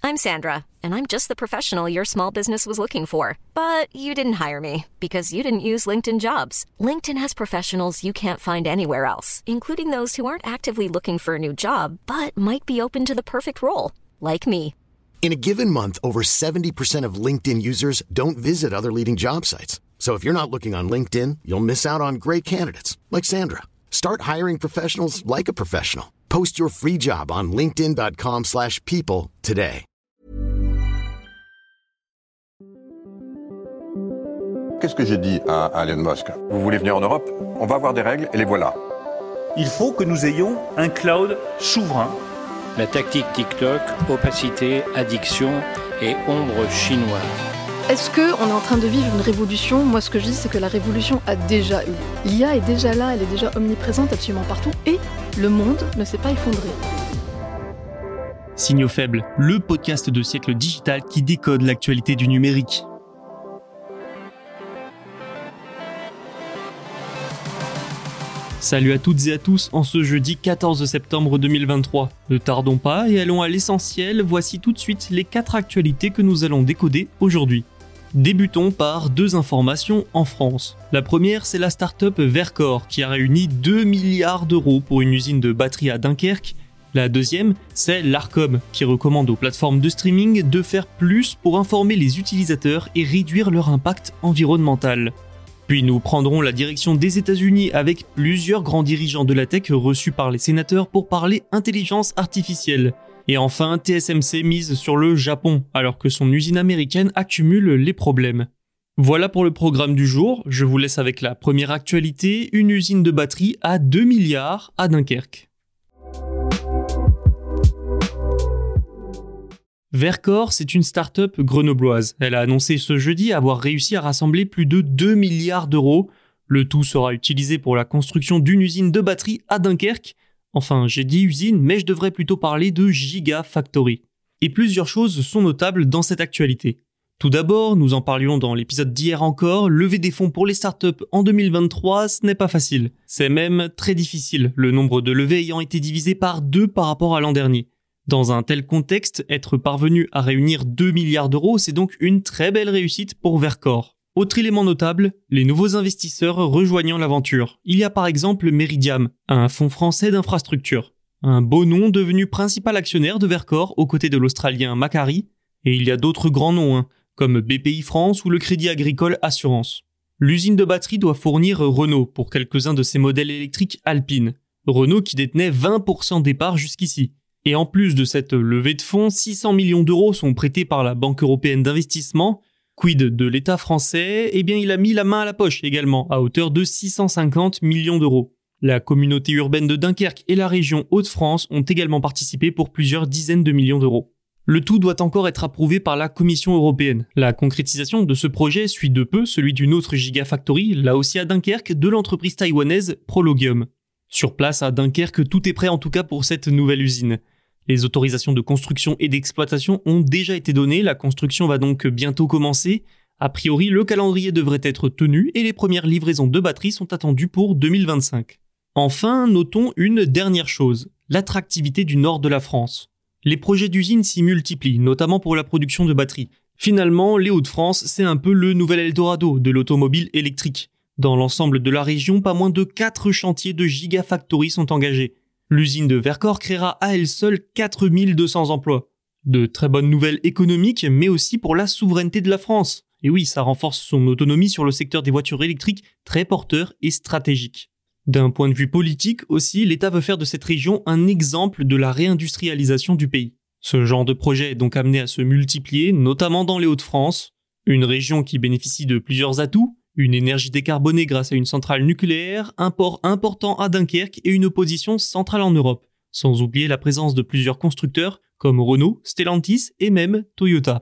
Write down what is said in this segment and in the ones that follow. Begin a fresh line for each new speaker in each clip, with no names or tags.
I'm Sandra, and I'm just the professional your small business was looking for. But you didn't hire me because you didn't use LinkedIn Jobs. LinkedIn has professionals you can't find anywhere else, including those who aren't actively looking for a new job, but might be open to the perfect role, like me.
In a given month, over 70% of LinkedIn users don't visit other leading job sites. So if you're not looking on LinkedIn, you'll miss out on great candidates like Sandra. Start hiring professionals like a professional. Post your free job on linkedin.com/people today.
Qu'est-ce que j'ai dit à Elon Musk ? Vous voulez venir en Europe ? On va avoir des règles et les voilà.
Il faut que nous ayons un cloud souverain.
La tactique TikTok, opacité, addiction et ombre chinoise.
Est-ce qu'on est en train de vivre une révolution ? Moi, ce que je dis, c'est que la révolution a déjà eu. L'IA est déjà là, elle est déjà omniprésente absolument partout, et le monde ne s'est pas effondré.
Signaux faibles, le podcast de Siècle Digital qui décode l'actualité du numérique. Salut à toutes et à tous en ce jeudi 14 septembre 2023. Ne tardons pas et allons à l'essentiel, voici tout de suite les 4 actualités que nous allons décoder aujourd'hui. Débutons par 2 informations en France. La première, c'est la start-up Verkor qui a réuni 2 milliards d'euros pour une usine de batterie à Dunkerque. La deuxième, c'est l'Arcom qui recommande aux plateformes de streaming de faire plus pour informer les utilisateurs et réduire leur impact environnemental. Puis nous prendrons la direction des États-Unis avec plusieurs grands dirigeants de la tech reçus par les sénateurs pour parler intelligence artificielle. Et enfin, TSMC mise sur le Japon, alors que son usine américaine accumule les problèmes. Voilà pour le programme du jour, je vous laisse avec la première actualité, une usine de batterie à 2 milliards à Dunkerque. Verkor, c'est une start-up grenobloise. Elle a annoncé ce jeudi avoir réussi à rassembler plus de 2 milliards d'euros. Le tout sera utilisé pour la construction d'une usine de batterie à Dunkerque. Enfin, j'ai dit usine, mais je devrais plutôt parler de Gigafactory. Et plusieurs choses sont notables dans cette actualité. Tout d'abord, nous en parlions dans l'épisode d'hier encore, lever des fonds pour les startups en 2023, ce n'est pas facile. C'est même très difficile, le nombre de levées ayant été divisé par 2 par rapport à l'an dernier. Dans un tel contexte, être parvenu à réunir 2 milliards d'euros, c'est donc une très belle réussite pour Verkor. Autre élément notable, les nouveaux investisseurs rejoignant l'aventure. Il y a par exemple Meridiam, un fonds français d'infrastructure. Un beau nom devenu principal actionnaire de Verkor aux côtés de l'Australien Macquarie. Et il y a d'autres grands noms, comme BPI France ou le Crédit Agricole Assurance. L'usine de batterie doit fournir Renault pour quelques-uns de ses modèles électriques Alpine. Renault qui détenait 20% des parts jusqu'ici. Et en plus de cette levée de fonds, 600 millions d'euros sont prêtés par la Banque européenne d'investissement. Quid de l'État français ? Eh bien, il a mis la main à la poche également, à hauteur de 650 millions d'euros. La communauté urbaine de Dunkerque et la région Hauts-de-France ont également participé pour plusieurs dizaines de millions d'euros. Le tout doit encore être approuvé par la Commission européenne. La concrétisation de ce projet suit de peu celui d'une autre Gigafactory, là aussi à Dunkerque, de l'entreprise taïwanaise Prologium. Sur place à Dunkerque, tout est prêt en tout cas pour cette nouvelle usine. Les autorisations de construction et d'exploitation ont déjà été données, la construction va donc bientôt commencer. A priori, le calendrier devrait être tenu et les premières livraisons de batteries sont attendues pour 2025. Enfin, notons une dernière chose, l'attractivité du nord de la France. Les projets d'usines s'y multiplient, notamment pour la production de batteries. Finalement, les Hauts-de-France, c'est un peu le nouvel Eldorado de l'automobile électrique. Dans l'ensemble de la région, pas moins de 4 chantiers de Gigafactory sont engagés. L'usine de Verkor créera à elle seule 4200 emplois. De très bonnes nouvelles économiques, mais aussi pour la souveraineté de la France. Et oui, ça renforce son autonomie sur le secteur des voitures électriques, très porteur et stratégique. D'un point de vue politique aussi, l'État veut faire de cette région un exemple de la réindustrialisation du pays. Ce genre de projet est donc amené à se multiplier, notamment dans les Hauts-de-France, une région qui bénéficie de plusieurs atouts, une énergie décarbonée grâce à une centrale nucléaire, un port important à Dunkerque et une position centrale en Europe, sans oublier la présence de plusieurs constructeurs comme Renault, Stellantis et même Toyota.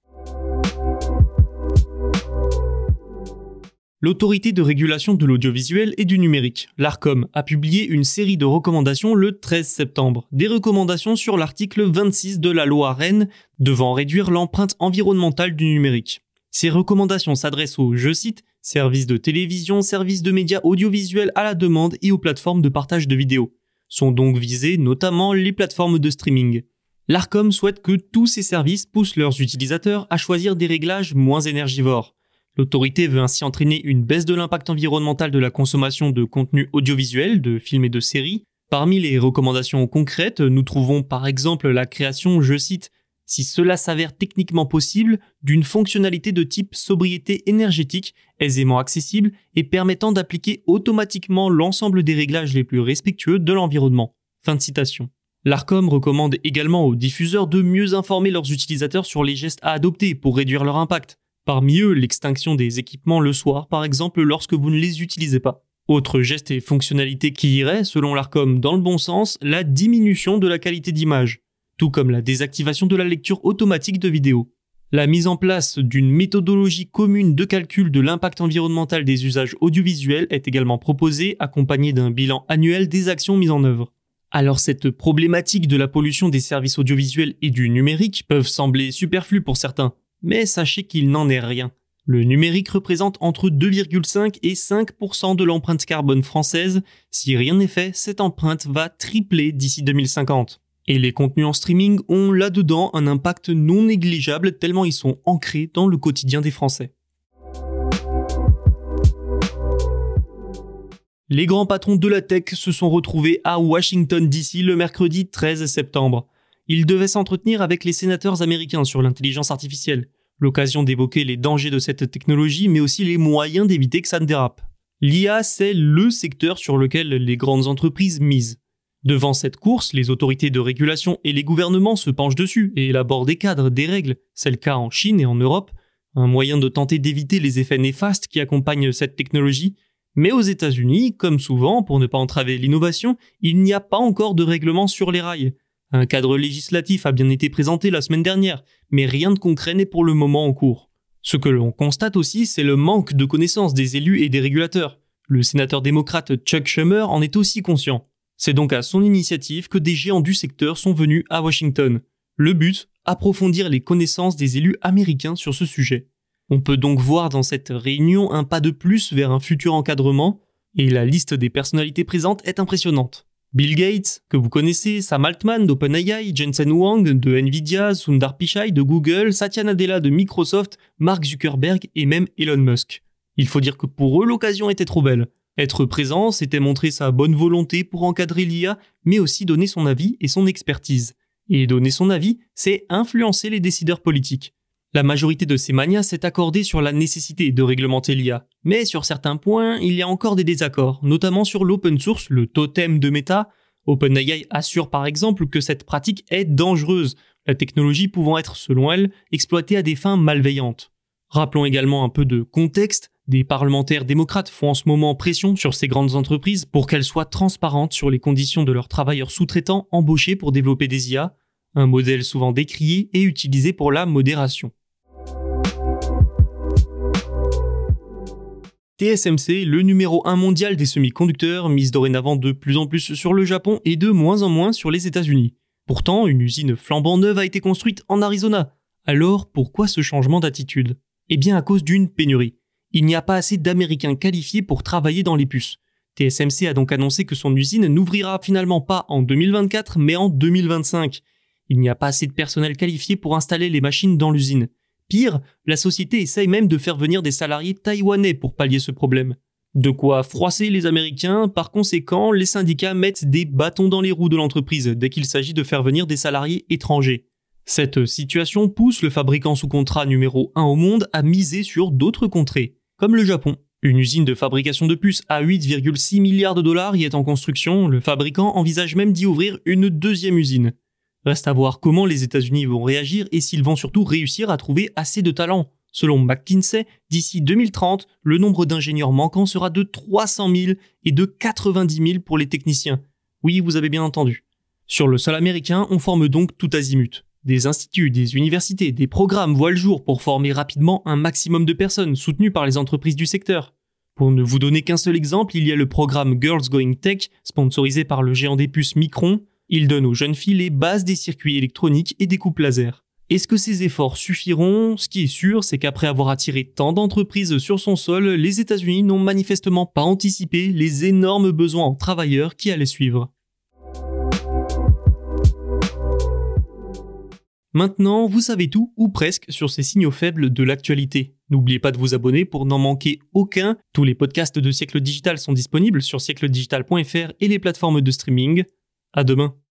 L'autorité de régulation de l'audiovisuel et du numérique, l'Arcom, a publié une série de recommandations le 13 septembre. Des recommandations sur l'article 26 de la loi Rennes devant réduire l'empreinte environnementale du numérique. Ces recommandations s'adressent aux, je cite, services de télévision, services de médias audiovisuels à la demande et aux plateformes de partage de vidéos. Sont donc visées notamment les plateformes de streaming. L'Arcom souhaite que tous ces services poussent leurs utilisateurs à choisir des réglages moins énergivores. L'autorité veut ainsi entraîner une baisse de l'impact environnemental de la consommation de contenus audiovisuels, de films et de séries. Parmi les recommandations concrètes, nous trouvons par exemple la création, je cite, « si cela s'avère techniquement possible, d'une fonctionnalité de type sobriété énergétique, aisément accessible et permettant d'appliquer automatiquement l'ensemble des réglages les plus respectueux de l'environnement. » Fin de citation. L'Arcom recommande également aux diffuseurs de mieux informer leurs utilisateurs sur les gestes à adopter pour réduire leur impact. Parmi eux, l'extinction des équipements le soir, par exemple, lorsque vous ne les utilisez pas. Autre geste et fonctionnalité qui irait, selon l'Arcom, dans le bon sens, la diminution de la qualité d'image, tout comme la désactivation de la lecture automatique de vidéos. La mise en place d'une méthodologie commune de calcul de l'impact environnemental des usages audiovisuels est également proposée, accompagnée d'un bilan annuel des actions mises en œuvre. Alors cette problématique de la pollution des services audiovisuels et du numérique peuvent sembler superflues pour certains, mais sachez qu'il n'en est rien. Le numérique représente entre 2,5 et 5% de l'empreinte carbone française. Si rien n'est fait, cette empreinte va tripler d'ici 2050. Et les contenus en streaming ont là-dedans un impact non négligeable tellement ils sont ancrés dans le quotidien des Français. Les grands patrons de la tech se sont retrouvés à Washington DC le mercredi 13 septembre. Ils devaient s'entretenir avec les sénateurs américains sur l'intelligence artificielle, l'occasion d'évoquer les dangers de cette technologie mais aussi les moyens d'éviter que ça ne dérape. L'IA, c'est le secteur sur lequel les grandes entreprises misent. Devant cette course, les autorités de régulation et les gouvernements se penchent dessus et élaborent des cadres, des règles. C'est le cas en Chine et en Europe, un moyen de tenter d'éviter les effets néfastes qui accompagnent cette technologie. Mais aux États-Unis, comme souvent, pour ne pas entraver l'innovation, il n'y a pas encore de règlement sur les rails. Un cadre législatif a bien été présenté la semaine dernière, mais rien de concret n'est pour le moment en cours. Ce que l'on constate aussi, c'est le manque de connaissances des élus et des régulateurs. Le sénateur démocrate Chuck Schumer en est aussi conscient. C'est donc à son initiative que des géants du secteur sont venus à Washington. Le but, approfondir les connaissances des élus américains sur ce sujet. On peut donc voir dans cette réunion un pas de plus vers un futur encadrement, et la liste des personnalités présentes est impressionnante. Bill Gates, que vous connaissez, Sam Altman d'OpenAI, Jensen Huang de Nvidia, Sundar Pichai de Google, Satya Nadella de Microsoft, Mark Zuckerberg et même Elon Musk. Il faut dire que pour eux, l'occasion était trop belle. Être présent, c'était montrer sa bonne volonté pour encadrer l'IA, mais aussi donner son avis et son expertise. Et donner son avis, c'est influencer les décideurs politiques. La majorité de ces magnats s'est accordée sur la nécessité de réglementer l'IA. Mais sur certains points, il y a encore des désaccords, notamment sur l'open source, le totem de Meta. OpenAI assure par exemple que cette pratique est dangereuse, la technologie pouvant être, selon elle, exploitée à des fins malveillantes. Rappelons également un peu de contexte. Des parlementaires démocrates font en ce moment pression sur ces grandes entreprises pour qu'elles soient transparentes sur les conditions de leurs travailleurs sous-traitants embauchés pour développer des IA, un modèle souvent décrié et utilisé pour la modération. TSMC, le numéro 1 mondial des semi-conducteurs, mise dorénavant de plus en plus sur le Japon et de moins en moins sur les États-Unis. Pourtant, une usine flambant neuve a été construite en Arizona. Alors, pourquoi ce changement d'attitude ? Eh bien à cause d'une pénurie. Il n'y a pas assez d'Américains qualifiés pour travailler dans les puces. TSMC a donc annoncé que son usine n'ouvrira finalement pas en 2024 mais en 2025. Il n'y a pas assez de personnel qualifié pour installer les machines dans l'usine. Pire, la société essaye même de faire venir des salariés taïwanais pour pallier ce problème. De quoi froisser les Américains, par conséquent, les syndicats mettent des bâtons dans les roues de l'entreprise dès qu'il s'agit de faire venir des salariés étrangers. Cette situation pousse le fabricant sous contrat numéro 1 au monde à miser sur d'autres contrées, comme le Japon. Une usine de fabrication de puces à 8,6 milliards de dollars y est en construction, le fabricant envisage même d'y ouvrir une deuxième usine. Reste à voir comment les États-Unis vont réagir et s'ils vont surtout réussir à trouver assez de talent. Selon McKinsey, d'ici 2030, le nombre d'ingénieurs manquants sera de 300 000 et de 90 000 pour les techniciens. Oui, vous avez bien entendu. Sur le sol américain, on forme donc tout azimut. Des instituts, des universités, des programmes voient le jour pour former rapidement un maximum de personnes soutenues par les entreprises du secteur. Pour ne vous donner qu'un seul exemple, il y a le programme Girls Going Tech, sponsorisé par le géant des puces Micron. Il donne aux jeunes filles les bases des circuits électroniques et des coupes laser. Est-ce que ces efforts suffiront ? Ce qui est sûr, c'est qu'après avoir attiré tant d'entreprises sur son sol, les États-Unis n'ont manifestement pas anticipé les énormes besoins en travailleurs qui allaient suivre. Maintenant, vous savez tout, ou presque, sur ces signaux faibles de l'actualité. N'oubliez pas de vous abonner pour n'en manquer aucun. Tous les podcasts de Siècle Digital sont disponibles sur siècledigital.fr et les plateformes de streaming. À demain.